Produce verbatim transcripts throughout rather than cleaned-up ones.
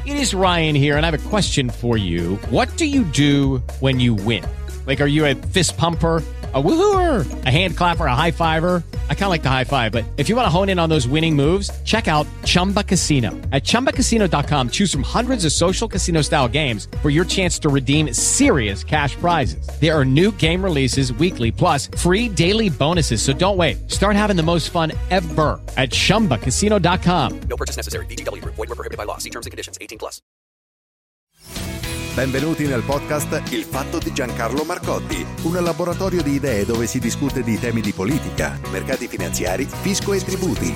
It is Ryan here, and I have a question for you. What do you do when you win? Like, are you a fist pumper, a woohooer, a hand clapper, a high fiver? I kind of like the high five, but if you want to hone in on those winning moves, check out Chumba Casino. At chumba casino dot com, choose from hundreds of social casino style games for your chance to redeem serious cash prizes. There are new game releases weekly, plus free daily bonuses. So don't wait. Start having the most fun ever at chumba casino dot com. No purchase necessary. V G W Group. Void where prohibited by law. See terms and conditions. eighteen plus. Benvenuti nel podcast Il Fatto di Giancarlo Marcotti, un laboratorio di idee dove si discute di temi di politica, mercati finanziari, fisco e tributi.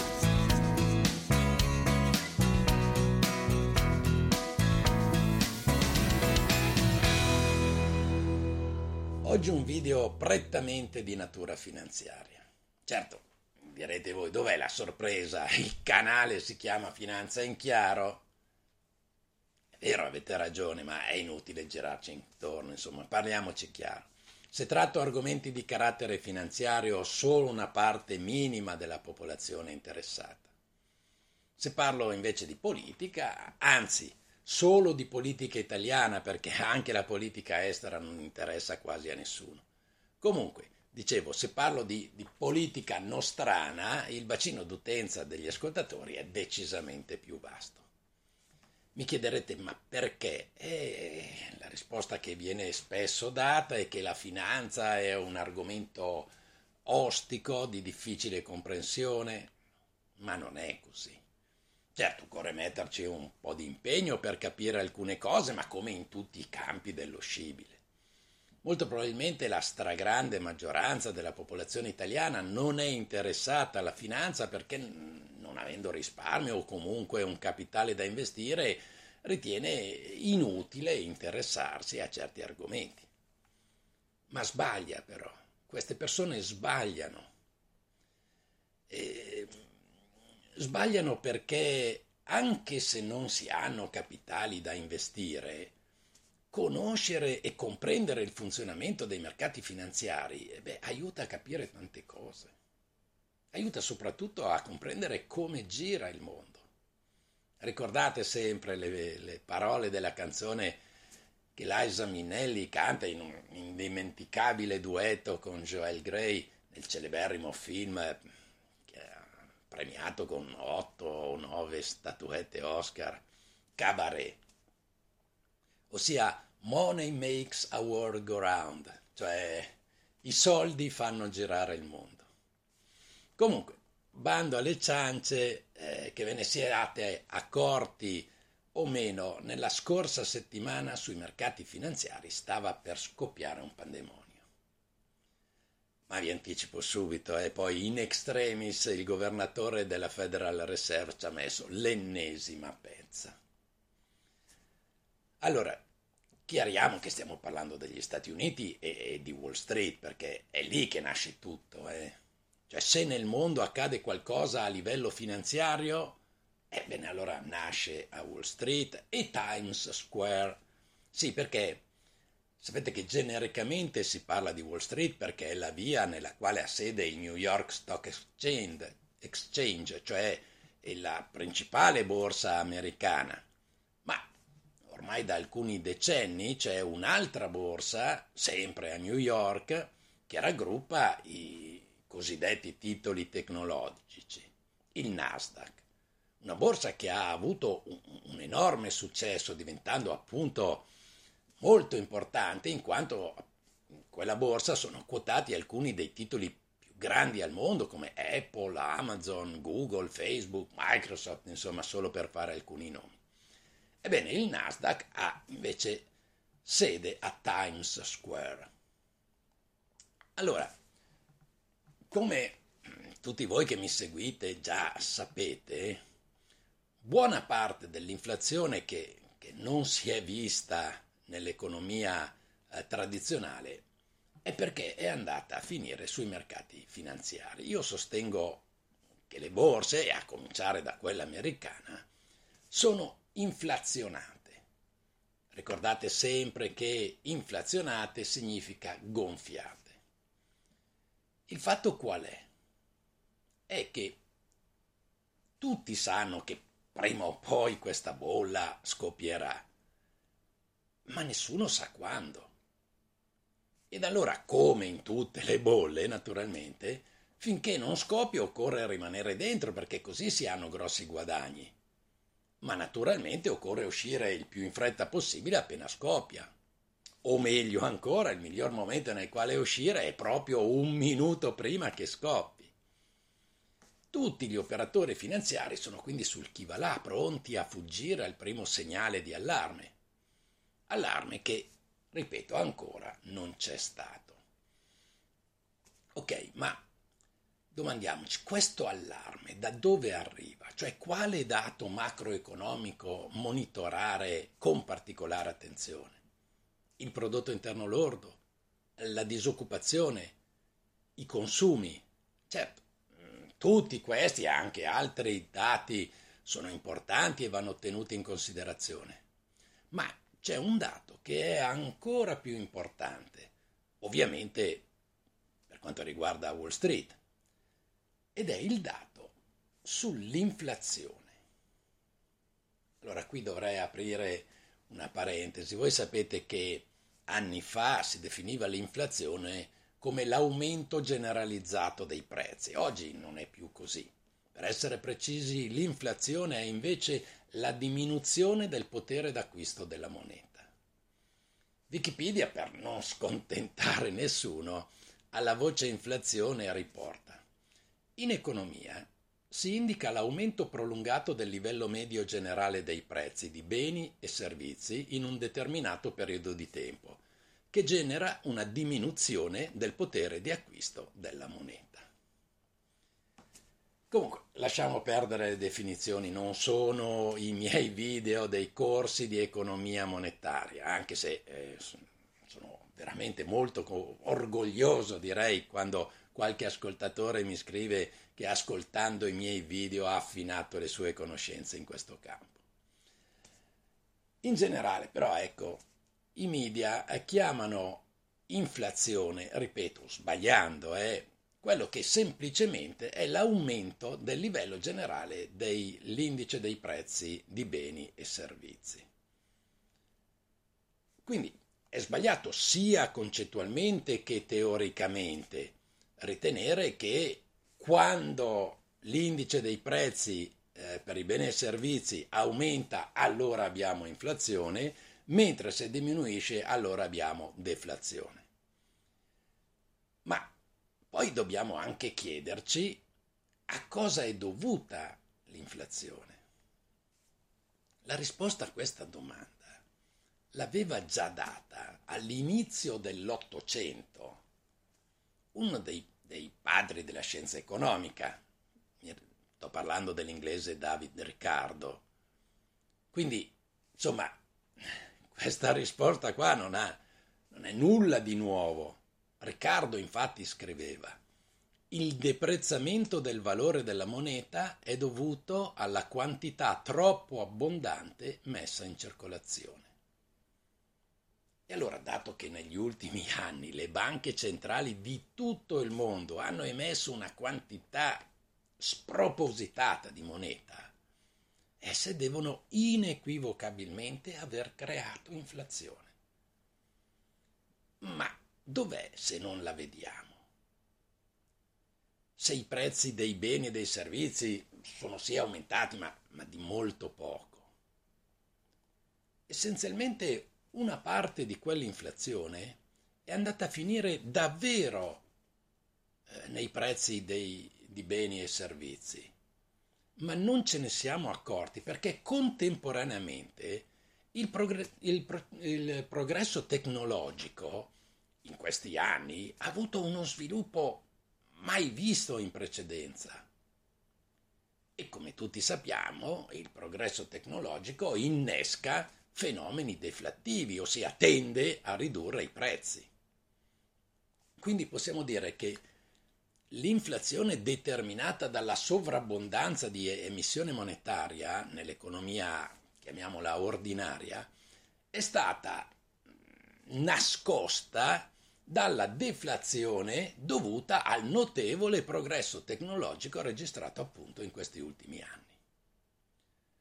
Oggi un video prettamente di natura finanziaria. Certo, direte voi, dov'è la sorpresa? Il canale si chiama Finanza in Chiaro? È vero, avete ragione, ma è inutile girarci intorno, insomma, parliamoci chiaro. Se tratto argomenti di carattere finanziario ho solo una parte minima della popolazione interessata. Se parlo invece di politica, anzi, solo di politica italiana, perché anche la politica estera non interessa quasi a nessuno. Comunque, dicevo, se parlo di, di politica nostrana, il bacino d'utenza degli ascoltatori è decisamente più vasto. Mi chiederete, ma perché? E la risposta che viene spesso data è che la finanza è un argomento ostico, di difficile comprensione, ma non è così. Certo, occorre metterci un po' di impegno per capire alcune cose, ma come in tutti i campi dello scibile. Molto probabilmente la stragrande maggioranza della popolazione italiana non è interessata alla finanza perché, non avendo risparmio o comunque un capitale da investire, ritiene inutile interessarsi a certi argomenti. Ma sbaglia però, queste persone sbagliano. E sbagliano perché, anche se non si hanno capitali da investire, conoscere e comprendere il funzionamento dei mercati finanziari eh beh, aiuta a capire tante cose. Aiuta soprattutto a comprendere come gira il mondo. Ricordate sempre le, le parole della canzone che Liza Minnelli canta in un indimenticabile duetto con Joel Grey nel celeberrimo film che ha premiato con otto o nove statuette Oscar, Cabaret. Ossia, money makes a world go round, cioè i soldi fanno girare il mondo. Comunque, bando alle ciance, eh, che ve ne siate accorti o meno, nella scorsa settimana sui mercati finanziari stava per scoppiare un pandemonio. Ma vi anticipo subito, e eh, poi in extremis il governatore della Federal Reserve ci ha messo l'ennesima pezza. Allora, chiariamo che stiamo parlando degli Stati Uniti e, e di Wall Street, perché è lì che nasce tutto. Eh. Cioè, se nel mondo accade qualcosa a livello finanziario, ebbene allora nasce a Wall Street e Times Square. Sì, perché sapete che genericamente si parla di Wall Street perché è la via nella quale ha sede il New York Stock Exchange, Exchange cioè è la principale borsa americana. Ma ormai da alcuni decenni c'è un'altra borsa, sempre a New York, che raggruppa i cosiddetti titoli tecnologici, il Nasdaq. Una borsa che ha avuto un, un enorme successo, diventando appunto molto importante, in quanto in quella borsa sono quotati alcuni dei titoli più grandi al mondo, come Apple, Amazon, Google, Facebook, Microsoft, insomma, solo per fare alcuni nomi. Ebbene, il Nasdaq ha invece sede a Times Square. Allora, come tutti voi che mi seguite già sapete, buona parte dell'inflazione che, che non si è vista nell'economia eh, tradizionale è perché è andata a finire sui mercati finanziari. Io sostengo che le borse, a cominciare da quella americana, sono inflazionate. Ricordate sempre che inflazionate significa gonfiate. Il fatto qual è? È che tutti sanno che prima o poi questa bolla scoppierà, ma nessuno sa quando. Ed allora, come in tutte le bolle, naturalmente, finché non scoppia occorre rimanere dentro perché così si hanno grossi guadagni. Ma naturalmente occorre uscire il più in fretta possibile appena scoppia. O meglio ancora, il miglior momento nel quale uscire è proprio un minuto prima che scoppi. Tutti gli operatori finanziari sono quindi sul chi va là, pronti a fuggire al primo segnale di allarme. Allarme che, ripeto ancora, non c'è stato. Ok, ma domandiamoci, questo allarme da dove arriva? Cioè, quale dato macroeconomico monitorare con particolare attenzione? Il prodotto interno lordo, la disoccupazione, i consumi. Certo, tutti questi e anche altri dati sono importanti e vanno tenuti in considerazione. Ma c'è un dato che è ancora più importante, ovviamente per quanto riguarda Wall Street, ed è il dato sull'inflazione. Allora qui dovrei aprire una parentesi. Voi sapete che anni fa si definiva l'inflazione come l'aumento generalizzato dei prezzi. Oggi non è più così. Per essere precisi, l'inflazione è invece la diminuzione del potere d'acquisto della moneta. Wikipedia, per non scontentare nessuno, alla voce inflazione riporta: in economia si indica l'aumento prolungato del livello medio generale dei prezzi di beni e servizi in un determinato periodo di tempo, che genera una diminuzione del potere di acquisto della moneta. Comunque, lasciamo perdere le definizioni, non sono i miei video dei corsi di economia monetaria, anche se eh, sono veramente molto orgoglioso, direi, quando qualche ascoltatore mi scrive che ascoltando i miei video ha affinato le sue conoscenze in questo campo. In generale, però, ecco, i media chiamano inflazione, ripeto, sbagliando, eh, quello che semplicemente è l'aumento del livello generale dell'indice dei prezzi di beni e servizi. Quindi è sbagliato sia concettualmente che teoricamente ritenere che quando l'indice dei prezzi eh, per i beni e servizi aumenta, allora abbiamo inflazione, mentre se diminuisce, allora abbiamo deflazione. Ma poi dobbiamo anche chiederci a cosa è dovuta l'inflazione. La risposta a questa domanda l'aveva già data all'inizio dell'Ottocento uno dei, dei padri della scienza economica, sto parlando dell'inglese David Ricardo. Quindi, insomma, questa risposta qua non ha, non è nulla di nuovo. Ricardo infatti scriveva: il deprezzamento del valore della moneta è dovuto alla quantità troppo abbondante messa in circolazione. E allora, dato che negli ultimi anni le banche centrali di tutto il mondo hanno emesso una quantità spropositata di moneta, esse devono inequivocabilmente aver creato inflazione. Ma dov'è se non la vediamo? Se i prezzi dei beni e dei servizi sono sì aumentati, ma, ma di molto poco. Essenzialmente una parte di quell'inflazione è andata a finire davvero eh, nei prezzi dei, di beni e servizi, ma non ce ne siamo accorti perché contemporaneamente il, progr- il, pro- il progresso tecnologico in questi anni ha avuto uno sviluppo mai visto in precedenza. E come tutti sappiamo, il progresso tecnologico innesca fenomeni deflattivi, ossia tende a ridurre i prezzi. Quindi possiamo dire che l'inflazione determinata dalla sovrabbondanza di emissione monetaria nell'economia, chiamiamola ordinaria, è stata nascosta dalla deflazione dovuta al notevole progresso tecnologico registrato appunto in questi ultimi anni.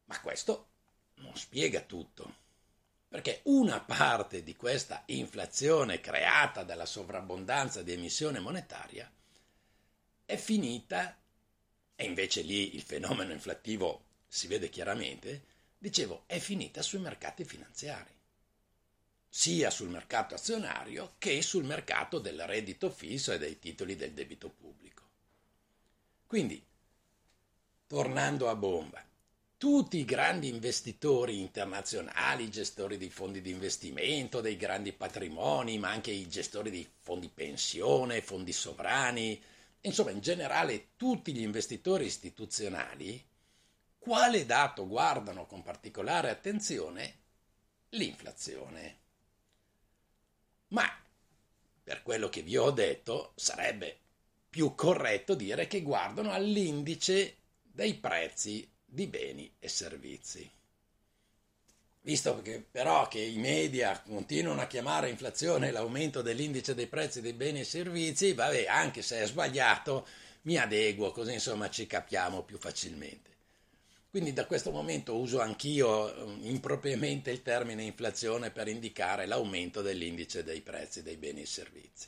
Ma questo non spiega tutto, perché una parte di questa inflazione creata dalla sovrabbondanza di emissione monetaria è finita, e invece lì il fenomeno inflattivo si vede chiaramente, dicevo, è finita sui mercati finanziari, sia sul mercato azionario che sul mercato del reddito fisso e dei titoli del debito pubblico. Quindi, tornando a bomba, tutti i grandi investitori internazionali, gestori di fondi di investimento, dei grandi patrimoni, ma anche i gestori di fondi pensione, fondi sovrani, insomma in generale tutti gli investitori istituzionali, quale dato guardano con particolare attenzione? L'inflazione. Ma per quello che vi ho detto sarebbe più corretto dire che guardano all'indice dei prezzi di beni e servizi. Visto che però che i media continuano a chiamare inflazione l'aumento dell'indice dei prezzi dei beni e servizi, vabbè, anche se è sbagliato, mi adeguo, così insomma ci capiamo più facilmente. Quindi da questo momento uso anch'io impropriamente il termine inflazione per indicare l'aumento dell'indice dei prezzi dei beni e servizi.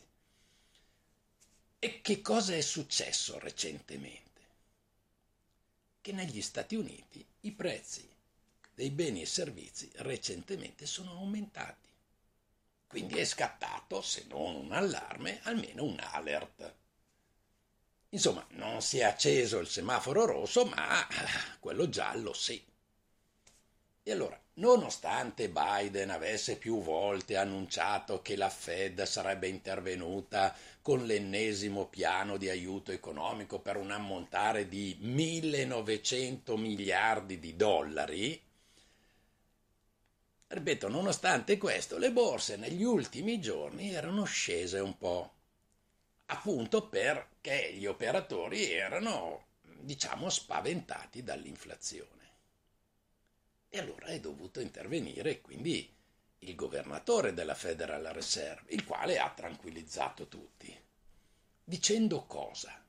E che cosa è successo recentemente? Che negli Stati Uniti i prezzi dei beni e servizi recentemente sono aumentati. Quindi è scattato, se non un allarme, almeno un alert. Insomma, non si è acceso il semaforo rosso, ma quello giallo sì. E allora, nonostante Biden avesse più volte annunciato che la Fed sarebbe intervenuta con l'ennesimo piano di aiuto economico per un ammontare di millenovecento miliardi di dollari, ripeto, nonostante questo, le borse negli ultimi giorni erano scese un po', appunto perché gli operatori erano, diciamo, spaventati dall'inflazione. E allora è dovuto intervenire quindi il governatore della Federal Reserve, il quale ha tranquillizzato tutti, dicendo cosa?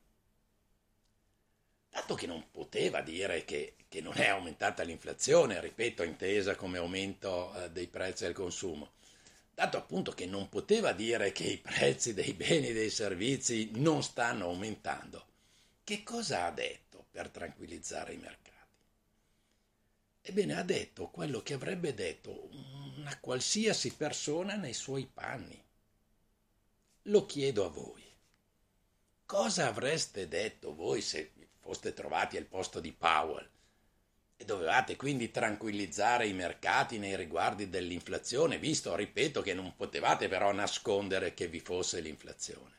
Dato che non poteva dire che, che non è aumentata l'inflazione, ripeto, intesa come aumento eh, dei prezzi al consumo, dato appunto che non poteva dire che i prezzi dei beni e dei servizi non stanno aumentando, che cosa ha detto per tranquillizzare i mercati? Ebbene, ha detto quello che avrebbe detto una qualsiasi persona nei suoi panni. Lo chiedo a voi. Cosa avreste detto voi se foste trovati al posto di Powell e dovevate quindi tranquillizzare i mercati nei riguardi dell'inflazione, visto, ripeto, che non potevate però nascondere che vi fosse l'inflazione?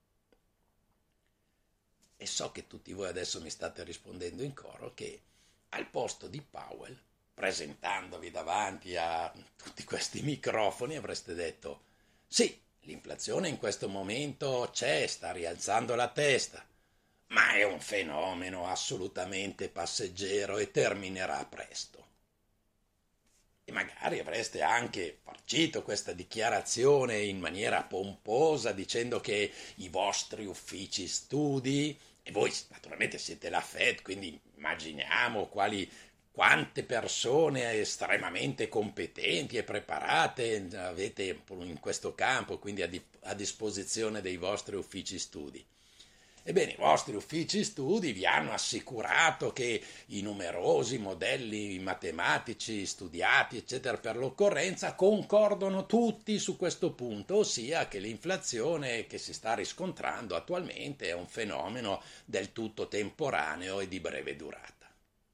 E so che tutti voi adesso mi state rispondendo in coro che al posto di Powell, presentandovi davanti a tutti questi microfoni, avreste detto: sì, l'inflazione in questo momento c'è, sta rialzando la testa, ma è un fenomeno assolutamente passeggero e terminerà presto. E magari avreste anche farcito questa dichiarazione in maniera pomposa dicendo che i vostri uffici studi, e voi naturalmente siete la Fed, quindi immaginiamo quali, quante persone estremamente competenti e preparate avete in questo campo, quindi a, di, a disposizione dei vostri uffici studi. Ebbene, i vostri uffici studi vi hanno assicurato che i numerosi modelli matematici studiati, eccetera, per l'occorrenza concordano tutti su questo punto, ossia che l'inflazione che si sta riscontrando attualmente è un fenomeno del tutto temporaneo e di breve durata.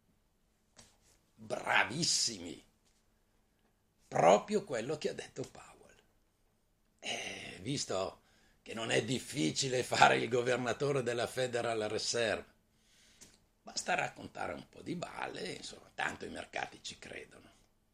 Bravissimi! Proprio quello che ha detto Powell. Eh, visto che non è difficile fare il governatore della Federal Reserve, basta raccontare un po' di balle, insomma, tanto i mercati ci credono.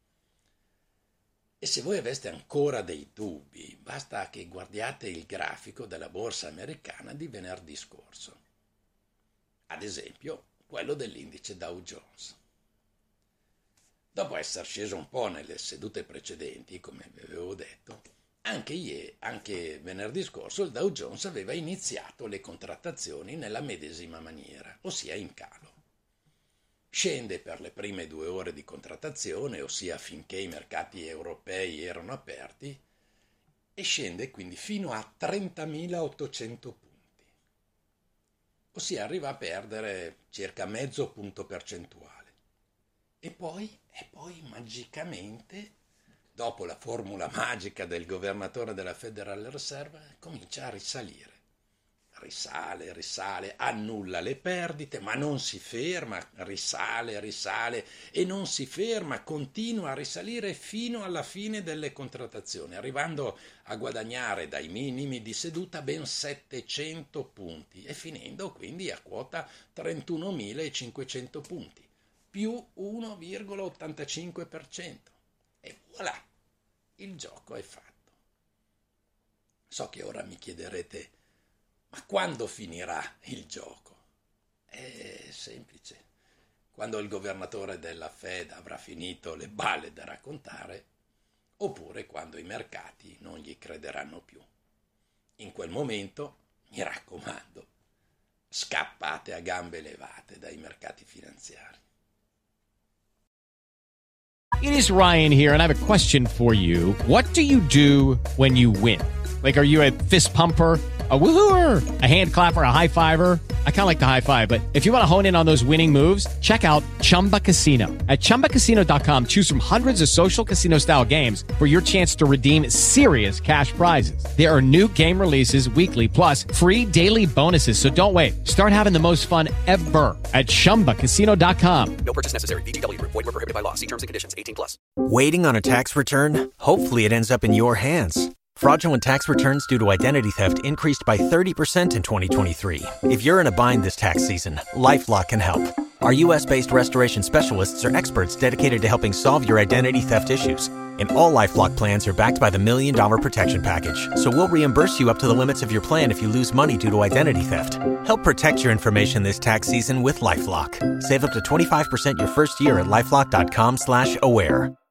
E se voi aveste ancora dei dubbi, basta che guardiate il grafico della borsa americana di venerdì scorso, ad esempio quello dell'indice Dow Jones. Dopo essere sceso un po' nelle sedute precedenti, come vi avevo detto, Anche, ieri, anche venerdì scorso il Dow Jones aveva iniziato le contrattazioni nella medesima maniera, ossia in calo. scende per le prime due ore di contrattazione, ossia finché i mercati europei erano aperti, e scende quindi fino a trentamilaottocento punti, ossia arriva a perdere circa mezzo punto percentuale. E poi, e poi magicamente, dopo la formula magica del governatore della Federal Reserve, comincia a risalire. Risale, risale, annulla le perdite, ma non si ferma, risale, risale e non si ferma, continua a risalire fino alla fine delle contrattazioni, arrivando a guadagnare dai minimi di seduta ben settecento punti e finendo quindi a quota trentunomilacinquecento punti, più uno virgola ottantacinque per cento. E voilà, il gioco è fatto. So che ora mi chiederete: ma quando finirà il gioco? È semplice. Quando il governatore della Fed avrà finito le balle da raccontare, oppure quando i mercati non gli crederanno più. In quel momento, mi raccomando, scappate a gambe levate dai mercati finanziari. It is Ryan here, and I have a question for you. What do you do when you win? Like, are you a fist pumper, a woohooer, a hand clapper, a high fiver? I kind of like the high five, but if you want to hone in on those winning moves, check out Chumba Casino. At chumba casino dot com, choose from hundreds of social casino style games for your chance to redeem serious cash prizes. There are new game releases weekly, plus free daily bonuses. So don't wait. Start having the most fun ever at chumba casino dot com. No purchase necessary. V G W. Void where prohibited by law. See terms and conditions. eighteen plus. Waiting on a tax return? Hopefully it ends up in your hands. Fraudulent tax returns due to identity theft increased by thirty percent in twenty twenty-three. If you're in a bind this tax season, LifeLock can help. Our U S based restoration specialists are experts dedicated to helping solve your identity theft issues. And all LifeLock plans are backed by the Million Dollar Protection Package. So we'll reimburse you up to the limits of your plan if you lose money due to identity theft. Help protect your information this tax season with LifeLock. Save up to twenty-five percent your first year at LifeLock dot com slash aware.